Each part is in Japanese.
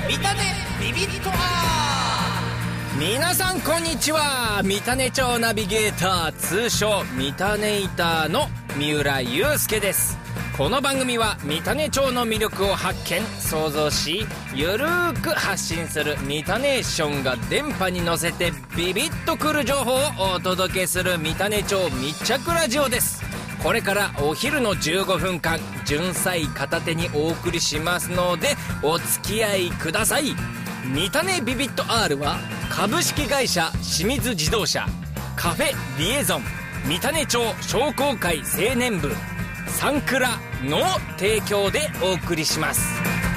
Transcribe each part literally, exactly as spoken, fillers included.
三種ビビッとアート。皆さんこんにちは。三種町ナビゲーター、通称三種イターの三浦祐介です。この番組は三種町の魅力を発見想像し、ゆるーく発信する三種ネーションが電波に乗せてビビッとくる情報をお届けする三種町密着ラジオです。これからお昼のじゅうごふんかん、純菜片手にお送りしますのでお付き合いください。三種ビビット R は株式会社清水自動車、カフェリエゾン、三種町商工会青年部、サンクラの提供でお送りします。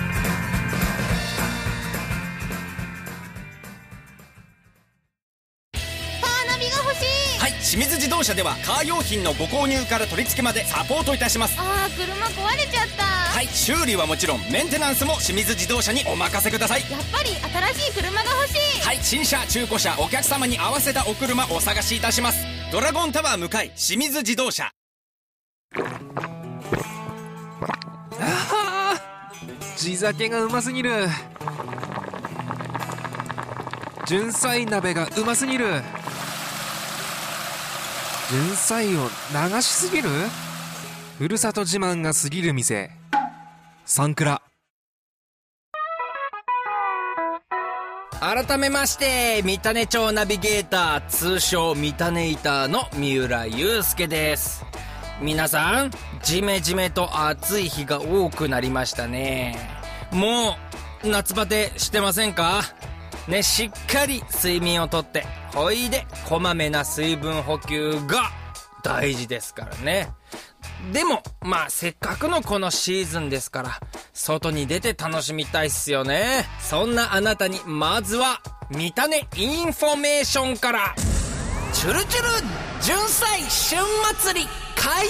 清水自動車ではカー用品のご購入から取り付けまでサポートいたします。 あー、車壊れちゃった。 はい、修理はもちろんメンテナンスも清水自動車にお任せください。 やっぱり新しい車が欲しい。 はい、新車中古車お客様に合わせたお車お探しいたします。ドラゴンタワー向かい清水自動車。 あー、地酒がうますぎる。純菜鍋がうますぎる。純菜を流しすぎる。ふるさと自慢が過ぎる店、サンクラ。 改めまして三種町ナビゲーター、通称三種イターの三浦祐介です。皆さん、ジメジメと暑い日が多くなりましたね。もう夏バテしてませんかね。しっかり睡眠をとって、ほいでこまめな水分補給が大事ですからね。でもまあせっかくのこのシーズンですから、外に出て楽しみたいっすよね。そんなあなたにまずは三種インフォメーションから。チュルチュル純菜春祭り開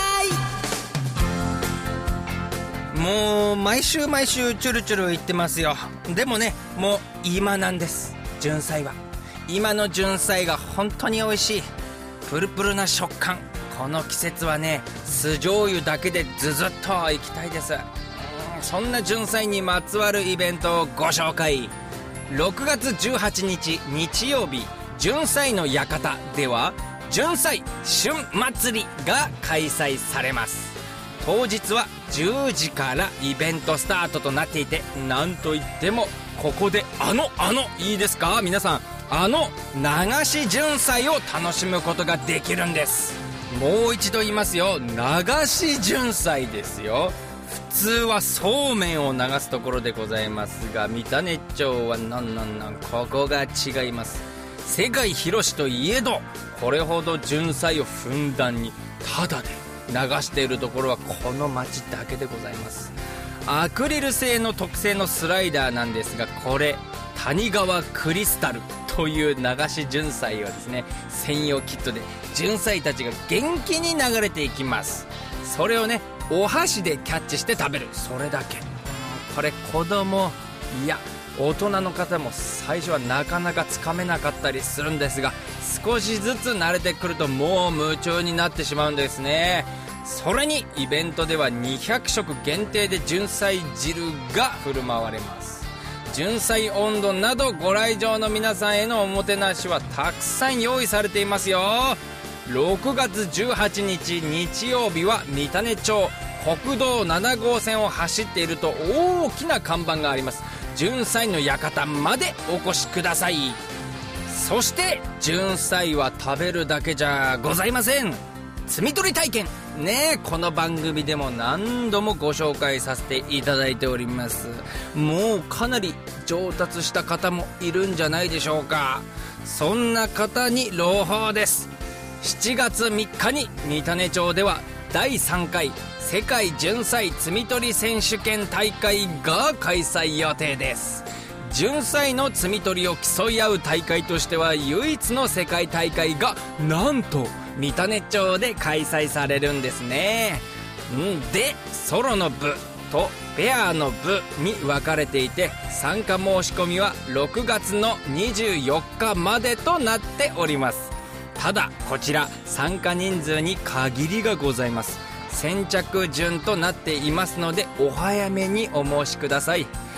催。もう毎週毎週チュルチュル言ってますよ。でもね、もう今なんです。純菜は今の純菜が本当に美味しい。プルプルな食感。この季節はね、酢醤油だけでズズッといきたいです。うん、そんな純菜にまつわるイベントをご紹介。ろくがつじゅうはちにち日曜日、純菜の館では純菜春祭りが開催されます。当日はじゅうじからイベントスタートとなっていて、なんといってもここであのあのいいですか皆さん、あの流し純菜を楽しむことができるんです。もう一度言いますよ、流し純菜ですよ。普通はそうめんを流すところでございますが、三種町はなんなんなん、ここが違います。世界広しといえど、これほど純菜をふんだんにタダで流しているところはこの町だけでございます。アクリル製の特製のスライダーなんですが、これ谷川クリスタルという流し純菜はですね、専用キットで純菜たちが元気に流れていきます。それをね、お箸でキャッチして食べる、それだけ。これ子供、いや大人の方も最初はなかなかつかめなかったりするんですが、少しずつ慣れてくるともう夢中になってしまうんですね。それにイベントではにひゃくしょく限定で純菜汁が振る舞われます。純菜温度などご来場の皆さんへのおもてなしはたくさん用意されていますよ。ろくがつじゅうはちにち日曜日は三種町国道ななごうせんを走っていると大きな看板があります。純菜の館までお越しください。そして純菜は食べるだけじゃございません。摘み取り体験ねえ、この番組でも何度もご紹介させていただいております。もうかなり上達した方もいるんじゃないでしょうか。そんな方に朗報です。しちがつみっかに三種町ではだいさんかい世界純菜摘み取り選手権大会が開催予定です。純菜の摘み取りを競い合う大会としては唯一の世界大会がなんと三種町で開催されるんですね。んで、ソロの部とペアの部に分かれていて、参加申し込みはろくがつのにじゅうよっかまでとなっております。ただこちら参加人数に限りがございます。先着順となっていますのでお早めにお申しください。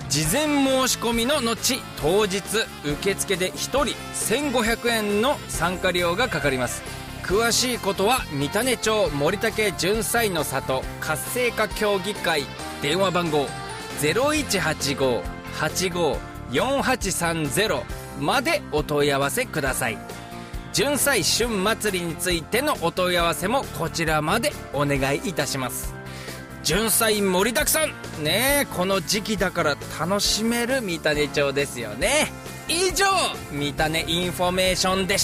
事前申し込みの後、当日受付でひとりせんごひゃくえんの参加料がかかります。詳しいことは三種町森竹純菜の里活性化協議会電話番号 ゼロいちはちご はちご よんはちさんゼロ までお問い合わせください。純菜春祭りについてのお問い合わせもこちらまでお願いいたします。純菜盛りだくさんねえ、この時期だから楽しめる三種町ですよね。以上、三種インフォメーションでした。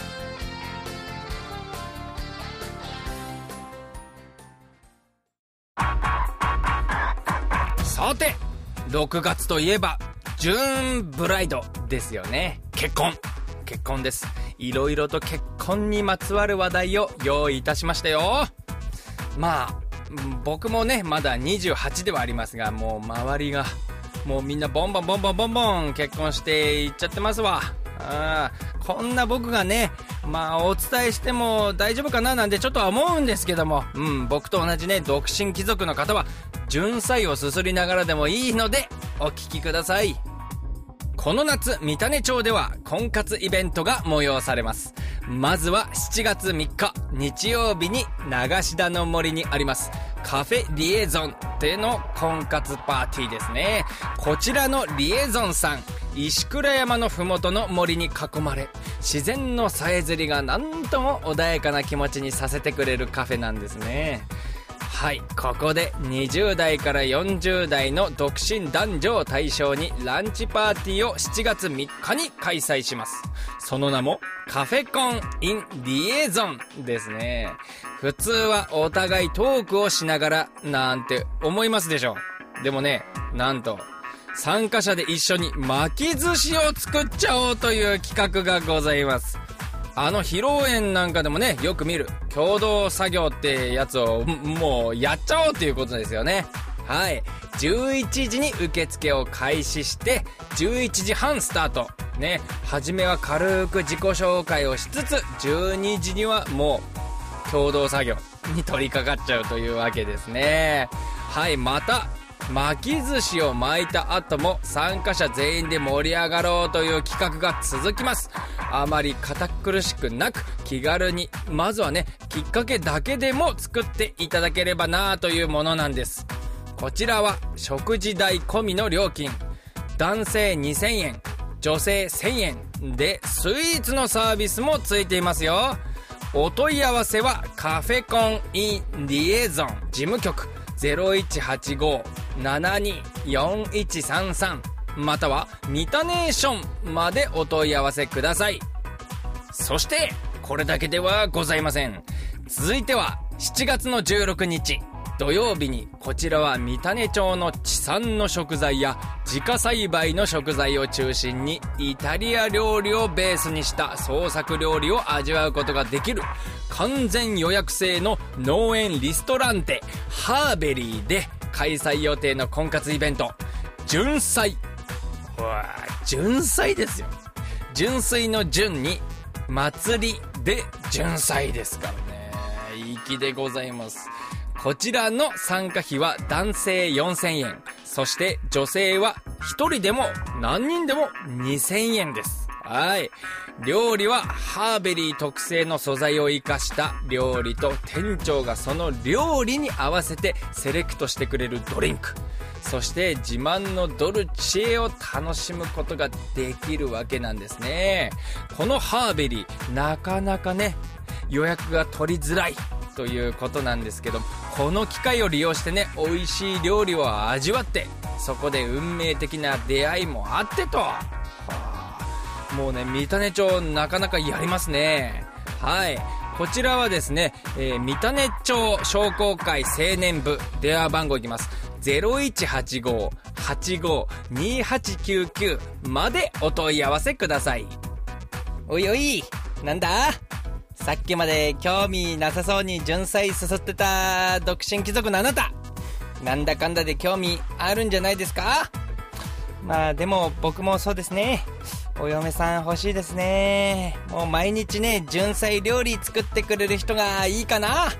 さて、ろくがつといえばジューンブライドですよね。結婚結婚です。いろいろと結婚にまつわる話題を用意いたしましたよ。まあ僕もねまだにじゅうはちではありますが、もう周りがもうみんなボンボンボンボンボンボン結婚していっちゃってますわ。あこんな僕がねまあお伝えしても大丈夫かななんてちょっとは思うんですけども、うん僕と同じね独身貴族の方は純菜をすすりながらでもいいのでお聞きください。この夏三種町では婚活イベントが催されます。まずはしちがつみっか日曜日に流し田の森にありますカフェリエゾンでの婚活パーティーですね。こちらのリエゾンさん、石倉山のふもとの森に囲まれ、自然のさえずりがなんとも穏やかな気持ちにさせてくれるカフェなんですね。はい、ここでにじゅうだいからよんじゅうだいの独身男女を対象にランチパーティーをしちがつみっかに開催します。その名もカフェコン in リエゾンですね。普通はお互いトークをしながらなんて思いますでしょう。でもね、なんと参加者で一緒に巻き寿司を作っちゃおうという企画がございます。あの披露宴なんかでもねよく見る共同作業ってやつをもうやっちゃおうということですよね。はい、じゅういちじに受付を開始してじゅういちじはんスタートね。初めは軽く自己紹介をしつつじゅうにじにはもう共同作業に取り掛かっちゃうというわけですね。はい、また巻き寿司を巻いた後も参加者全員で盛り上がろうという企画が続きます。あまり堅苦しくなく気軽に、まずはねきっかけだけでも作っていただければなというものなんです。こちらは食事代込みの料金、男性にせんえん女性せんえんでスイーツのサービスもついていますよ。お問い合わせはカフェコン in リエゾン事務局 ゼロいちはちご ななに よんいちさんさん またはミタネーションまでお問い合わせください。そしてこれだけではございません。続いてはしちがつのじゅうろくにち土曜日に、こちらは三種町の地産の食材や自家栽培の食材を中心にイタリア料理をベースにした創作料理を味わうことができる完全予約制の農園リストランテハーベリーで開催予定の婚活イベント、純菜。うわー、純菜ですよ。純粋の純に祭りで純菜ですからね。粋でございます。こちらの参加費は男性よんせんえん、そして女性はひとりでも何人でもにせんえんです。はい。料理はハーベリー特製の素材を生かした料理と、店長がその料理に合わせてセレクトしてくれるドリンク、そして自慢のドルチェを楽しむことができるわけなんですね。このハーベリー、なかなかね予約が取りづらいということなんですけど、この機会を利用してね美味しい料理を味わって、そこで運命的な出会いもあってと、はあ、もうね三種町なかなかやりますね。はい、こちらはですね、えー、三種町商工会青年部電話番号いきます。 ゼロいちはちご はちご にはちきゅうきゅう までお問い合わせください。おいおい、なんださっきまで興味なさそうに純菜すすってた独身貴族のあなた、なんだかんだで興味あるんじゃないですか。まあでも僕もそうですね、お嫁さん欲しいですね。もう毎日ね純菜料理作ってくれる人がいいかな。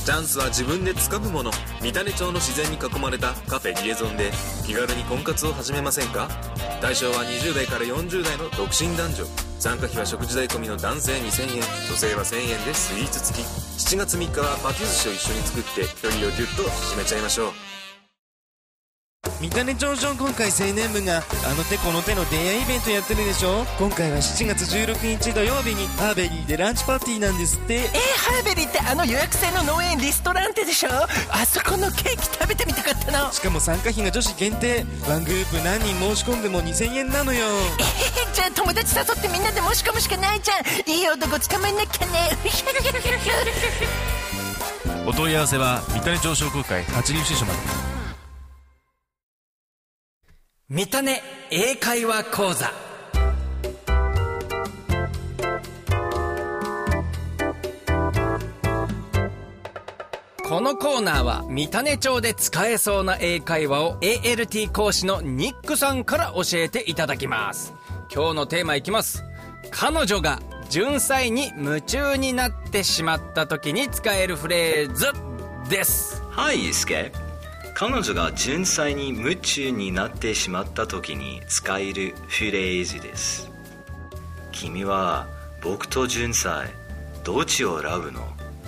チャンスは自分で掴むもの。三種町の自然に囲まれたカフェリエゾンで気軽に婚活を始めませんか？対象はにじゅう代からよんじゅう代の独身男女。参加費は食事代込みの男性にせんえん、女性はせんえんでスイーツ付き。しちがつみっかは巻き寿司を一緒に作って距離をギュッと締めちゃいましょう。 三種町商工会青年部があの手この手の出会いイベントやってるでしょ。今回はしちがつじゅうろくにち土曜日にハーベリーでランチパーティーなんですって。 えー、ハーベリーってあの予約制の農園リストランテでしょ。あそこのケーキ食べてみたかったの。 しかも参加費が女子限定。ワングループ何人申し込んでもにせんえんなのよ。 えー、じゃあ友達誘ってみんなで申し込むしかないじゃん。いい男捕まえなきゃね。 お問い合わせは三種町商工会八流支所まで。 三種英会話講座。このコーナーは三種町で使えそうな英会話を エーエルティー 講師のニックさんから教えていただきます。今日のテーマいきます。彼女が純粋に夢中になってしまった時に使えるフレーズです。 はい、ゆうすけ。彼女が純粋に夢中になってしまった時に使えるフレーズです。君は僕と純粋どっちを選ぶの？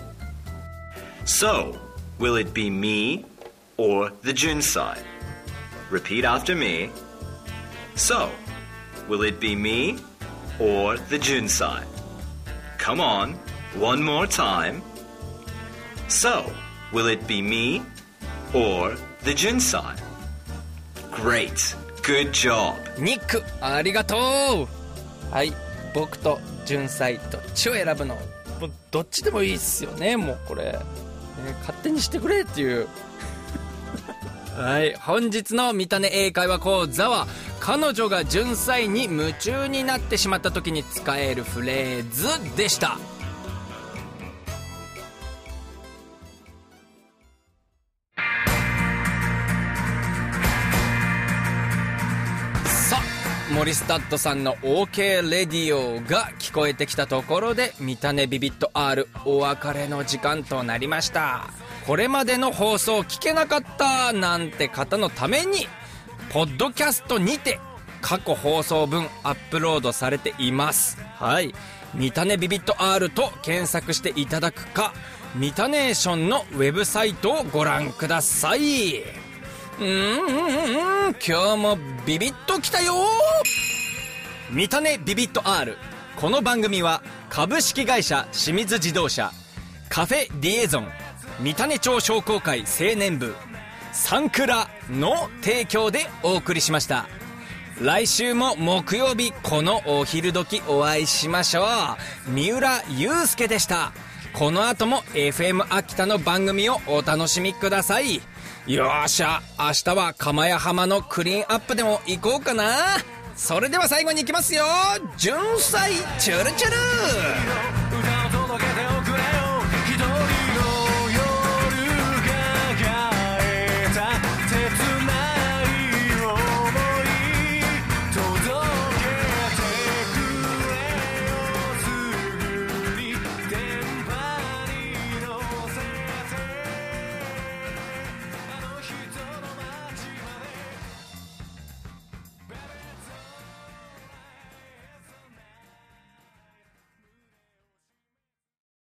So, will it be me or the 純粋? Repeat after me. So, will it be me or the 純粋? Come on, one more time. So, will it be me or the 純粋? Great, good job. ニックありがとう。はい、僕と純粋どっちを選ぶの？もうどっちでもいいっすよね。もうこれ、ね、勝手にしてくれっていうはい、本日の三種英会話講座は彼女が純粋に夢中になってしまった時に使えるフレーズでした。モリスタッドさんの OK レディオが聞こえてきたところで三種ビビット R お別れの時間となりました。これまでの放送聞けなかったなんて方のためにポッドキャストにて過去放送分アップロードされています。はい、三種ビビット R と検索していただくか三種ネーションのウェブサイトをご覧ください。うんうんうん、今日もビビッときたよ。三種ビビット R。 この番組は株式会社清水自動車、カフェリエゾン、三種町商工会青年部、サンクラの提供でお送りしました。来週も木曜日このお昼時お会いしましょう。三浦祐介でした。この後も エフエム 秋田の番組をお楽しみください。よーしゃ、明日は釜屋浜のクリーンアップでも行こうかな。それでは最後に行きますよ。純粋チュルチュル。